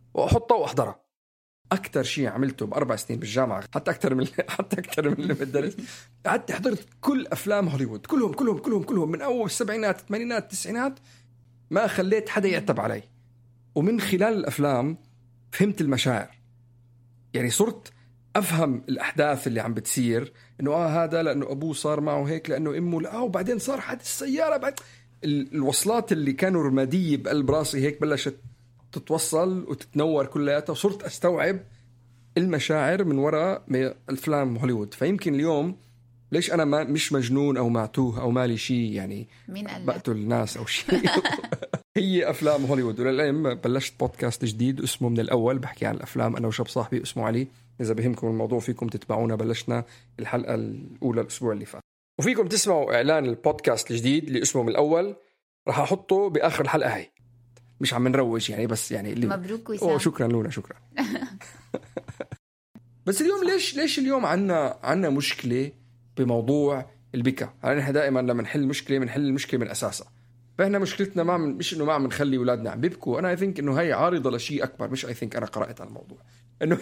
وأحطها وأحضرها. أكتر شيء عملته ب4 سنين بالجامعة، حتى أكتر من اللي بالدرس، قعدت حضرت كل أفلام هوليوود كلهم من أول السبعينات الثمانينات التسعينات، ما خليت حدا يعتب علي. ومن خلال الأفلام فهمت المشاعر، يعني صرت أفهم الأحداث اللي عم بتصير، إنه هذا لأنه أبوه صار معه هيك، لأنه أمه لا، وبعدين صار حادث السيارة. بعد الوصلات اللي كانوا رمادية بقلب راسي هيك بلشت تتوصل وتتنور كلياتها، وصرت أستوعب المشاعر من وراء الأفلام هوليوود. فيمكن اليوم ليش أنا مش مجنون أو معتوه أو مالي شيء، يعني بقتل الناس أو شيء هي أفلام هوليوود. وللعلم بلشت بودكاست جديد اسمه من الأول، بحكي عن الأفلام أنا وشاب صاحبي اسمه علي. إذا بهمكم الموضوع فيكم تتبعونا، بلشنا الحلقة الأولى الأسبوع اللي فات، وفيكم تسمعوا إعلان البودكاست الجديد اللي اسمه من الأول، رح أحطه بآخر الحلقة هاي. مش عم نروج يعني، بس يعني اللي مبروك وسام. شكرا لونا، شكرا. بس اليوم ليش اليوم عنا مشكلة بموضوع البكا؟ يعني نحن دائما لما نحل مشكلة بنحل المشكلة من أساسها. فإحنا مشكلتنا مش إنه ما عم نخلي أولادنا عم بيبكوا. أنا I think إنه هي عارضة لشيء أكبر. مش I think، أنا قرأت على الموضوع إنه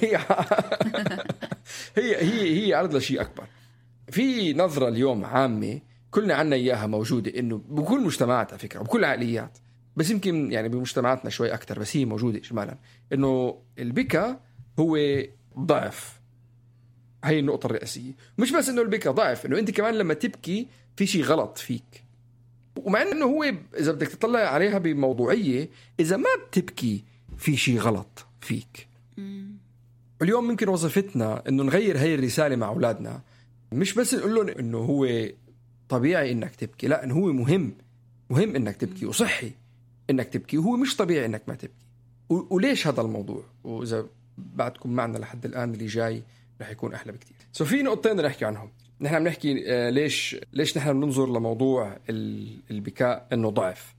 هي عارضة لشيء أكبر. في نظرة اليوم عامة كلنا عنا إياها موجودة، إنه بكل مجتمعات على فكرة وبكل عقليات، بس يمكن يعني بمجتمعاتنا شوي أكتر، بس هي موجودة إجمالا، إنه البكا هو ضعف. هاي النقطة الرئيسية. مش بس إنه البكا ضعف، إنه أنت كمان لما تبكي في شيء غلط فيك. ومع إنه هو إذا بدك تطلع عليها بموضوعية، إذا ما بتبكي في شيء غلط فيك. اليوم ممكن وظيفتنا إنه نغير هاي الرسالة مع أولادنا، مش بس نقول لهم إنه هو طبيعي إنك تبكي، لا، إنه هو مهم إنك تبكي، وصحي إنك تبكي، وهو مش طبيعي إنك ما تبكي. وليش هذا الموضوع؟ وإذا بعدكم معنا لحد الآن اللي جاي رح يكون أحلى بكتير. في نقطتين نحكي عنهم. نحن عم نحكي ليش نحن بننظر لموضوع البكاء إنه ضعف.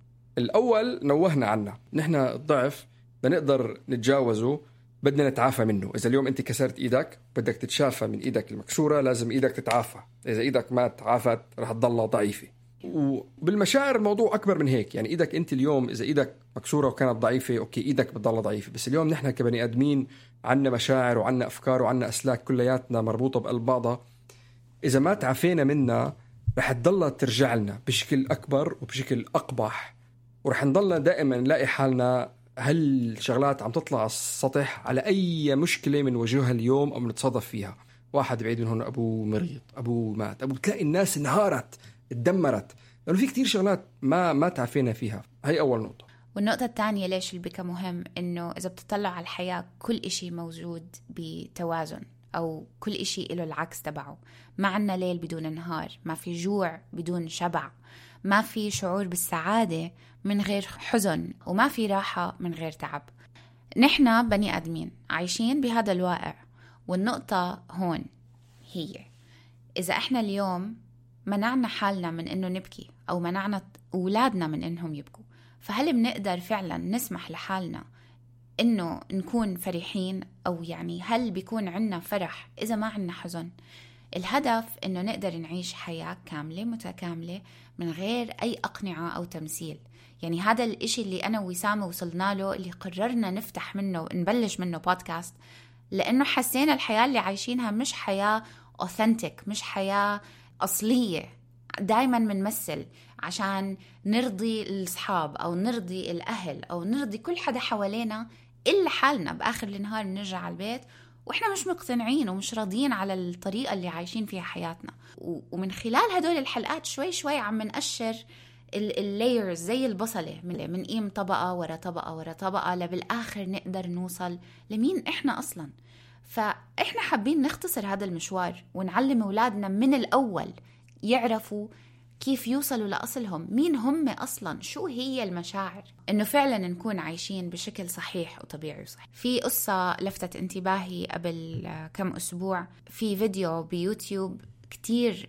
الأول نوهنا عنه، نحن الضعف بنقدر نتجاوزه، بدنا نتعافى منه. إذا اليوم أنت كسرت إيدك بدك تتشافى من إيدك المكسورة، لازم إيدك تتعافى. إذا إيدك ما تعافت رح تضلها ضعيفة. وبالمشاعر الموضوع أكبر من هيك. يعني إيدك أنت اليوم إذا إيدك مكسورة وكانت ضعيفة، أوكي إيدك بتضلها ضعيفة، بس اليوم نحن كبني آدمين عنا مشاعر وعنا أفكار وعنا أسلاك كلياتنا مربوطة بقلب بعضها. إذا ما تعافينا منها رح تضلها ترجع لنا بشكل أكبر وبشكل أقبح، ورح نضلنا دائما نلاقي حالنا هالشغلات عم تطلع على السطح على أي مشكلة من وجهها اليوم أو نتصادف فيها. واحد بعيد من هون أبوه مريض، أبوه مات، بتلاقي الناس انهارت اتدمرت، لأنه في كتير شغلات ما تعافينا فيها. هاي أول نقطة. والنقطة الثانية ليش البكا مهم، إنه إذا بتطلع على الحياة كل إشي موجود بتوازن، أو كل إشي له العكس تبعه. ما عنا ليل بدون نهار، ما في جوع بدون شبع، ما في شعور بالسعادة من غير حزن، وما في راحة من غير تعب. نحن بني آدمين عايشين بهذا الواقع. والنقطة هون هي إذا إحنا اليوم منعنا حالنا من إنه نبكي، أو منعنا أولادنا من إنهم يبكوا، فهل بنقدر فعلا نسمح لحالنا إنه نكون فرحين؟ أو يعني هل بيكون عنا فرح إذا ما عنا حزن؟ الهدف إنه نقدر نعيش حياة كاملة متكاملة من غير أي أقنعة أو تمثيل. يعني هذا الإشي اللي أنا ووسام وصلنا له، اللي قررنا نفتح منه نبلش منه بودكاست، لأنه حسينا الحياة اللي عايشينها مش حياة أوثنتيك، مش حياة أصلية. دايما منمثل عشان نرضي الأصحاب أو نرضي الأهل أو نرضي كل حدا حوالينا، إلا حالنا بآخر النهار نرجع على البيت وإحنا مش مقتنعين ومش راضيين على الطريقة اللي عايشين فيها حياتنا. ومن خلال هدول الحلقات شوي شوي عم نقشر اللايرز زي البصلة، من قيم طبقة ورا طبقة ورا طبقة، لبالآخر نقدر نوصل لمين إحنا أصلاً. فإحنا حابين نختصر هذا المشوار ونعلم أولادنا من الأول يعرفوا كيف يوصلوا لأصلهم، مين هم أصلاً، شو هي المشاعر، إنه فعلاً نكون عايشين بشكل صحيح وطبيعي وصحيح. في قصة لفتت انتباهي قبل كم أسبوع، في فيديو بيوتيوب كتير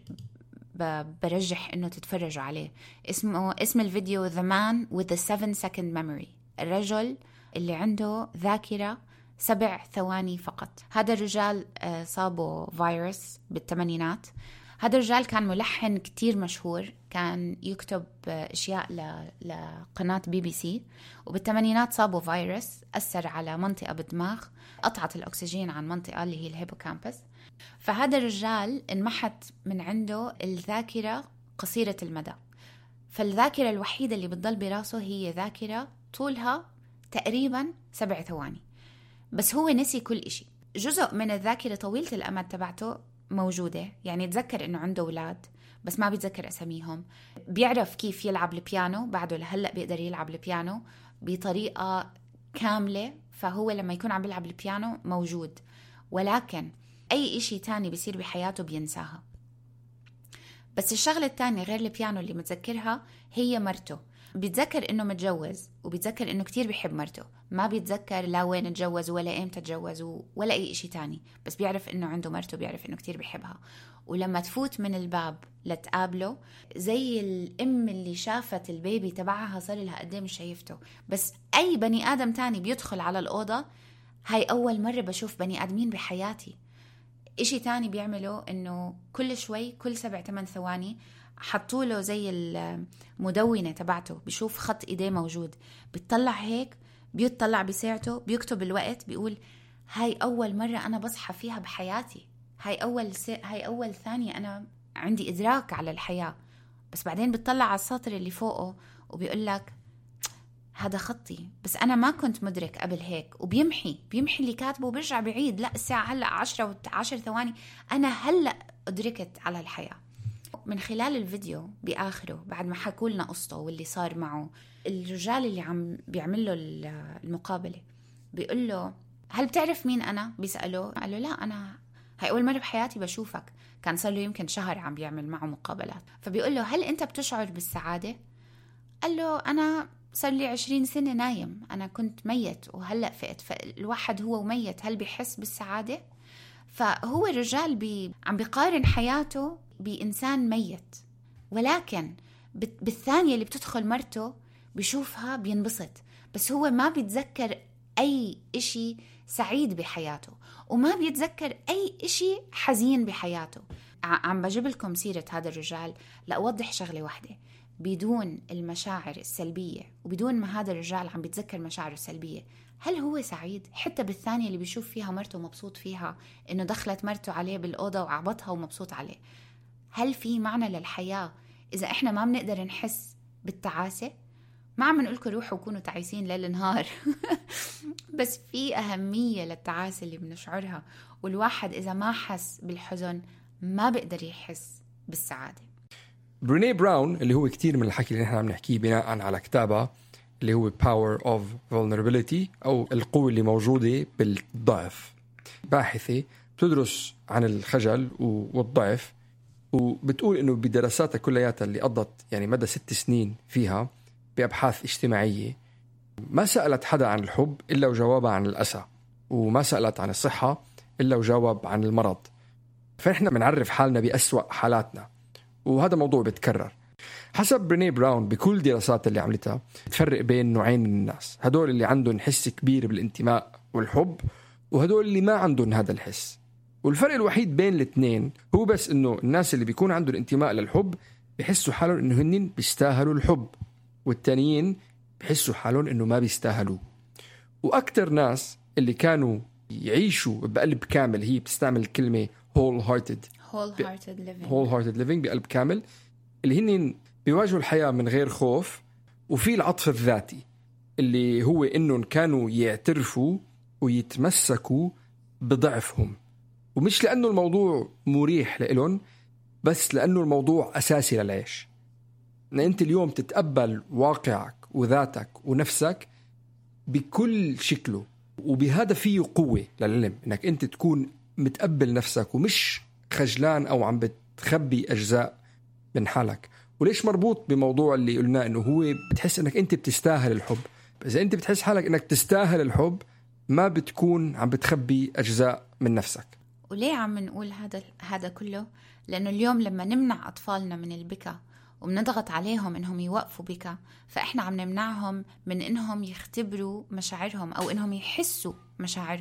برجح إنه تتفرجوا عليه. اسم الفيديو The Man with the 7-second memory، الرجل اللي عنده ذاكرة 7 ثواني فقط. هذا الرجال صابه فيروس بالثمانينات. هذا الرجال كان ملحن كتير مشهور، كان يكتب أشياء لقناة BBC، وبالثمانينات صابه فيروس أثر على منطقة بالدماغ، قطعت الأكسجين عن منطقة اللي هي الهيبوكامبس. فهذا الرجال انمحت من عنده الذاكرة قصيرة المدى، فالذاكرة الوحيدة اللي بتضل براسه هي ذاكرة طولها تقريبا 7 ثواني، بس هو نسي كل إشي. جزء من الذاكرة طويلة الأمد تبعته موجودة، يعني يتذكر إنه عنده أولاد بس ما بيتذكر أساميهم، بيعرف كيف يلعب البيانو، بعده لهلأ بيقدر يلعب البيانو بطريقة كاملة، فهو لما يكون عم يلعب البيانو موجود، ولكن أي إشي تاني بيصير بحياته بينساها. بس الشغلة التانية غير البيانو اللي متذكرها هي مرته. بيتذكر إنه متجوز، وبيتذكر إنه كتير بيحب مرته، ما بيتذكر لا وين اتجوز ولا إمتى اتجوز ولا أي إشي تاني، بس بيعرف إنه عنده مرته، بيعرف إنه كتير بيحبها. ولما تفوت من الباب لتقابله زي الأم اللي شافت البيبي تبعها صار لها قدام مش شايفته. بس أي بني آدم تاني بيدخل على الأوضة، هاي أول مرة بشوف بني آدمين بحياتي. إشي تاني بيعمله إنه كل شوي، كل 7-8 ثواني حطوله زي المدونة تبعته، بيشوف خط إيديه موجود، بيطلع هيك، بيطلع بساعته، بيكتب الوقت، بيقول هاي أول مرة أنا بصحى فيها بحياتي، هاي أول ثانية أنا عندي إدراك على الحياة. بس بعدين بيطلع على السطر اللي فوقه وبيقول لك هذا خطي، بس أنا ما كنت مدرك قبل هيك، وبيمحي اللي كاتبه وبيرجع بعيد، لا الساعة هلأ 10 ثواني، أنا هلأ أدركت على الحياة. من خلال الفيديو بآخره بعد ما حكوا لنا قصته واللي صار معه، الرجال اللي عم بيعمل له المقابلة بيقول له هل بتعرف مين أنا؟ بيسأله، قال له لا أنا هاي أول مرة بحياتي بشوفك. كان صار له يمكن شهر عم بيعمل معه مقابلات. فبيقول له هل أنت بتشعر بالسعادة؟ قال له أنا صار لي 20 سنة نايم، أنا كنت ميت وهلأ فقت، فالواحد هو وميت هل بيحس بالسعادة؟ فهو الرجال عم بيقارن حياته بإنسان ميت، ولكن بالثانية اللي بتدخل مرته بيشوفها بينبسط، بس هو ما بيتذكر أي إشي سعيد بحياته، وما بيتذكر أي إشي حزين بحياته. عم بجيب لكم سيرة هذا الرجال لأوضح شغلة واحدة، بدون المشاعر السلبية وبدون ما هذا الرجال عم بيتذكر مشاعره السلبية، هل هو سعيد؟ حتى بالثانية اللي بيشوف فيها مرته مبسوط فيها، إنه دخلت مرته عليه بالأوضة وعبطها ومبسوط عليه. هل في معنى للحياة إذا إحنا ما بنقدر نحس بالتعاسة؟ ما عم نقولكم روحوا وكونوا تعيسين ليل نهار بس في أهمية للتعاسة اللي بنشعرها، والواحد إذا ما حس بالحزن ما بقدر يحس بالسعادة. بريني براون اللي هو كتير من الحكي اللي نحن عم نحكيه بناء على كتابه اللي هو Power of Vulnerability أو القوة اللي موجودة بالضعف، باحثة بتدرس عن الخجل والضعف، وبتقول إنه بدراساتها كلياتها اللي قضت يعني مدى 6 سنين فيها بأبحاث اجتماعية، ما سألت حدا عن الحب إلا وجوابها عن الأسى، وما سألت عن الصحة إلا وجاوب عن المرض. فإحنا بنعرف حالنا بأسوأ حالاتنا، وهذا موضوع بتكرر. حسب بريني براون بكل دراسات اللي عملتها تفرق بين نوعين من الناس، هدول اللي عندهم حس كبير بالانتماء والحب، وهدول اللي ما عندهم هذا الحس. والفرق الوحيد بين الاثنين هو بس انه الناس اللي بيكون عندهم انتماء للحب بيحسوا حالهم انه هنين بيستاهلوا الحب، والتانيين بيحسوا حالهم انه ما بيستاهلوا. واكتر ناس اللي كانوا يعيشوا بقلب كامل، هي بتستعمل الكلمة wholehearted living، بقلب كامل، اللي هن بيواجهوا الحياة من غير خوف. وفي العطف الذاتي اللي هو إنهم كانوا يعترفوا ويتمسكوا بضعفهم، ومش لأنه الموضوع مريح لإلهم، بس لأنه الموضوع أساسي للعيش. إن أنت اليوم تتقبل واقعك وذاتك ونفسك بكل شكله، وبهذا فيه قوة للعلم، إنك أنت تكون متقبل نفسك ومش خجلان أو عم بتخبي أجزاء من حالك. وليش مربوط بموضوع اللي قلنا إنه هو بتحس إنك أنت بتستاهل الحب. إذا أنت بتحس حالك إنك تستاهل الحب ما بتكون عم بتخبي أجزاء من نفسك. وليه عم نقول هذا كله؟ لأنه اليوم لما نمنع أطفالنا من البكاء وبنضغط عليهم إنهم يوقفوا بكاء، فإحنا عم نمنعهم من إنهم يختبروا مشاعرهم أو إنهم يحسوا مشاعرهم.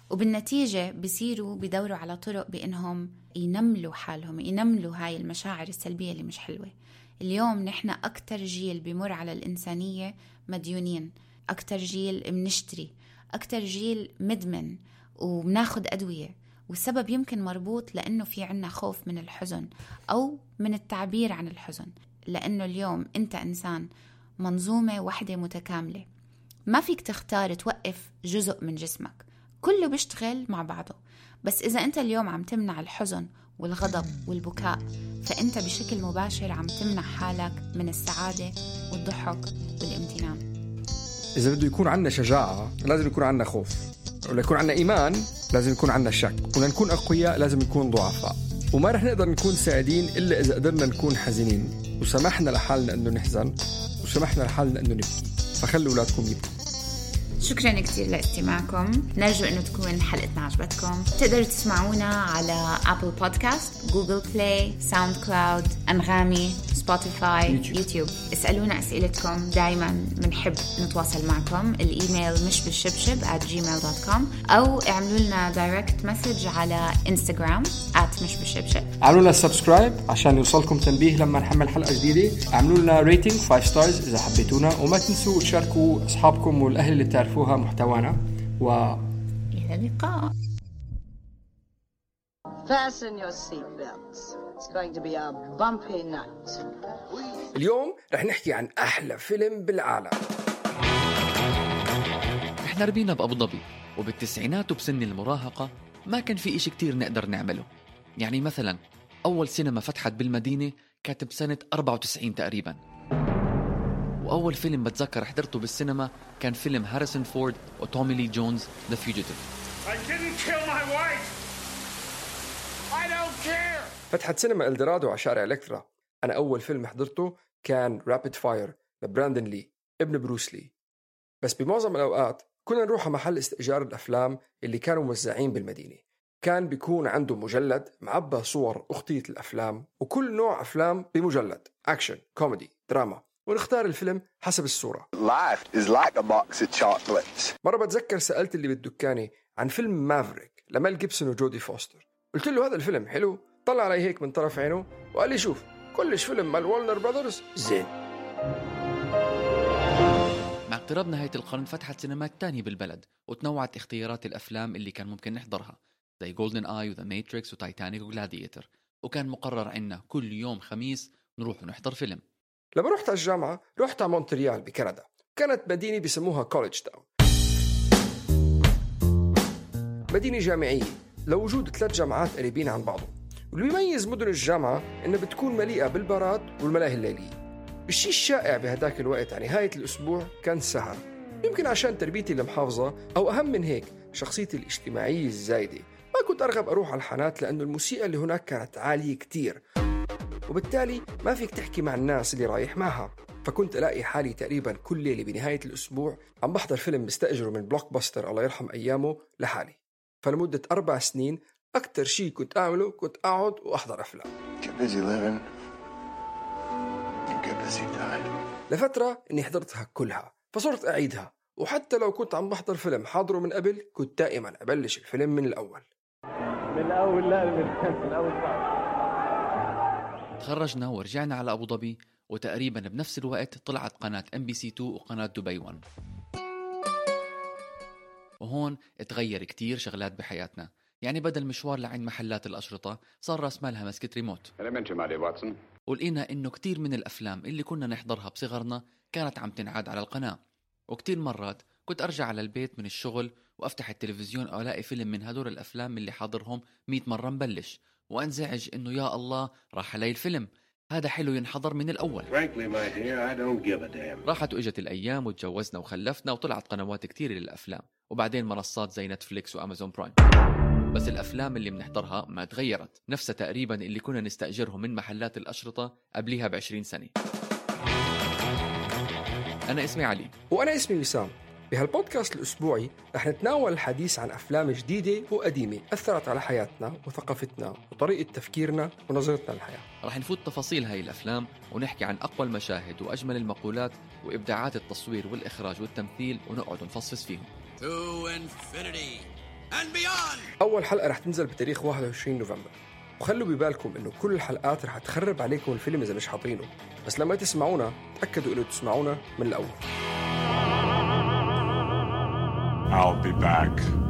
وبالنتيجة بيصيروا بيدوروا على طرق بأنهم ينملوا حالهم، ينملوا هاي المشاعر السلبية اللي مش حلوة. اليوم نحن أكتر جيل بيمر على الإنسانية مديونين، أكتر جيل منشتري، أكتر جيل مدمن وبناخد أدوية. والسبب يمكن مربوط لأنه في عنا خوف من الحزن أو من التعبير عن الحزن، لأنه اليوم أنت إنسان منظومة واحدة متكاملة، ما فيك تختار توقف جزء من جسمك، كله بيشتغل مع بعضه. بس إذا أنت اليوم عم تمنع الحزن والغضب والبكاء، فأنت بشكل مباشر عم تمنع حالك من السعادة والضحك والامتنان. إذا بده يكون عنا شجاعة لازم يكون عنا خوف، ولا يكون عنا إيمان لازم يكون عنا شك، ولنكون أقوياء لازم نكون ضعفاء. وما رح نقدر نكون سعيدين إلا إذا قدرنا نكون حزينين، وسمحنا لحالنا أنه نحزن، وسمحنا لحالنا أنه نبكي. فخلوا أولادكم يبكوا. شكرا كتير لاستماعكم، نرجو أنه تكون حلقتنا عجبتكم. تقدروا تسمعونا على أبل بودكاست، جوجل بلاي، ساوند كلاود، أنغامي، سبوتيفاي، يوتيوب. اسألونا أسئلتكم، دايما بنحب نتواصل معكم. الإيميل mishbishibshib@gmail.com، أو اعملوا لنا دايركت مسج على إنستغرام @mishbishibshib. اعملوا لنا سبسكرايب عشان يوصلكم تنبيه لما نحمل حلقة جديدة. اعملوا لنا ريتنج 5 stars إذا حبيتونا، وما تنسوا تشاركوا أصحابكم والأهل اللي تعرفوها محتوانا. إلى اللقاء. Fasten your seatbelts. It's going to be a bumpy night. اليوم رح نحكي عن أحلى فيلم بالعالم. احنا ربينا بأبو ظبي، وبالتسعينات وبسن المراهقة ما كان في إشي كتير نقدر نعمله. يعني مثلا أول سينما فتحت بالمدينة كانت بسنة 94 تقريبا، وأول فيلم بتذكر حضرته بالسينما كان فيلم هاريسون فورد وتومي لي جونز The Fugitive. I didn't kill my wife. I don't care. فتحت سينما إلدرادو على شارع إلكترا. أنا أول فيلم حضرته كان رابيد فاير لبراندن لي ابن بروس لي. بس بمعظم الأوقات كنا نروح محل استئجار الأفلام اللي كانوا موزعين بالمدينة. كان بيكون عنده مجلد معبى صور أخطية الأفلام، وكل نوع أفلام بمجلد، أكشن، كوميدي، دراما، ونختار الفيلم حسب الصورة. Life is like a box of chocolates. مرة بتذكر سألت اللي بالدكانة عن فيلم مافريك لميل جيبسون وجودي فوستر. قلت له هذا الفيلم حلو؟ طلع علي هيك من طرف عينه وقال لي شوف، كلش فيلم مال وولنر براذرز زين. مع اقتراب نهاية القرن فتحت سينمات تانية بالبلد، وتنوعت اختيارات الأفلام اللي كان ممكن نحضرها، زي جولدن آي وذا ماتريكس وتايتانيك وغلاديتر. وكان مقرر عنا كل يوم خميس نروح ونحضر فيلم. لما رحت على الجامعة رحت على مونتريال بكندا. كانت مدينة بيسموها كوليدج تاون، مدينة جامعية لوجود 3 جامعات قريبين عن بعضهم. واللي بيميز مدن الجامعة إنها بتكون مليئة بالبارات والملاهي الليلية. الشيء الشائع بهداك الوقت على نهاية الأسبوع كان سهر، يمكن عشان تربيتي المحافظة، أو أهم من هيك شخصيتي الاجتماعية الزايدة. ما كنت أرغب أروح على الحانات لأنه الموسيقى اللي هناك كانت عالية كتير، وبالتالي ما فيك تحكي مع الناس اللي رايح معها. فكنت ألاقي حالي تقريبا كل ليلة بنهاية الأسبوع عم بحضر فيلم مستأجره من بلوك باستر الله يرحم أيامه لحالي. فلمدة 4 سنين أكتر شيء كنت أعمله كنت أقعد وأحضر أفلام. Get busy living. You get busy dying. لفترة إني حضرتها كلها فصرت أعيدها، وحتى لو كنت عم بحضر فيلم حاضره من قبل كنت دائما أبلش الفيلم من الأول. تخرجنا ورجعنا على أبو ظبي، وتقريبا بنفس الوقت طلعت قناة MBC2 وقناة دبي 1. وهون اتغير كتير شغلات بحياتنا. يعني بدل مشوار لعند محلات الأشرطة صار راس مالها مسكت ريموت. ولقينا إنه كتير من الأفلام اللي كنا نحضرها بصغرنا كانت عم تنعاد على القناة. وكتير مرات كنت أرجع على البيت من الشغل وأفتح التلفزيون أو ألاقي فيلم من هدول الأفلام اللي حاضرهم 100 مرة مبلش، وأنزعج إنه يا الله راح علي الفيلم، هذا حلو ينحضر من الأول. راحت وإجت الأيام وتجوزنا وخلفنا وطلعت قنوات كتير للأفلام، وبعدين منصات زي نتفليكس وأمازون برايم. بس الأفلام اللي بنحضرها ما تغيرت، نفسها تقريبا اللي كنا نستأجرهم من محلات الأشرطة قبلها ب20 سنة. أنا اسمي علي. وأنا اسمي وسام. بهالبودكاست الأسبوعي رح نتناول الحديث عن أفلام جديدة وقديمة أثرت على حياتنا وثقافتنا وطريقة تفكيرنا ونظرتنا للحياة. رح نفوت تفاصيل هاي الأفلام ونحكي عن أقوى المشاهد وأجمل المقولات وإبداعات التصوير والإخراج والتمثيل، ونقعد نفصص فيهم. To infinity أول حلقة رح تنزل بتاريخ 21 نوفمبر، وخلوا ببالكم إنه كل الحلقات رح تخرب عليكم الفيلم إذا مش حاطينه، بس لما تسمعونا تأكدوا إنه تسمعونا من الأول. I'll be back.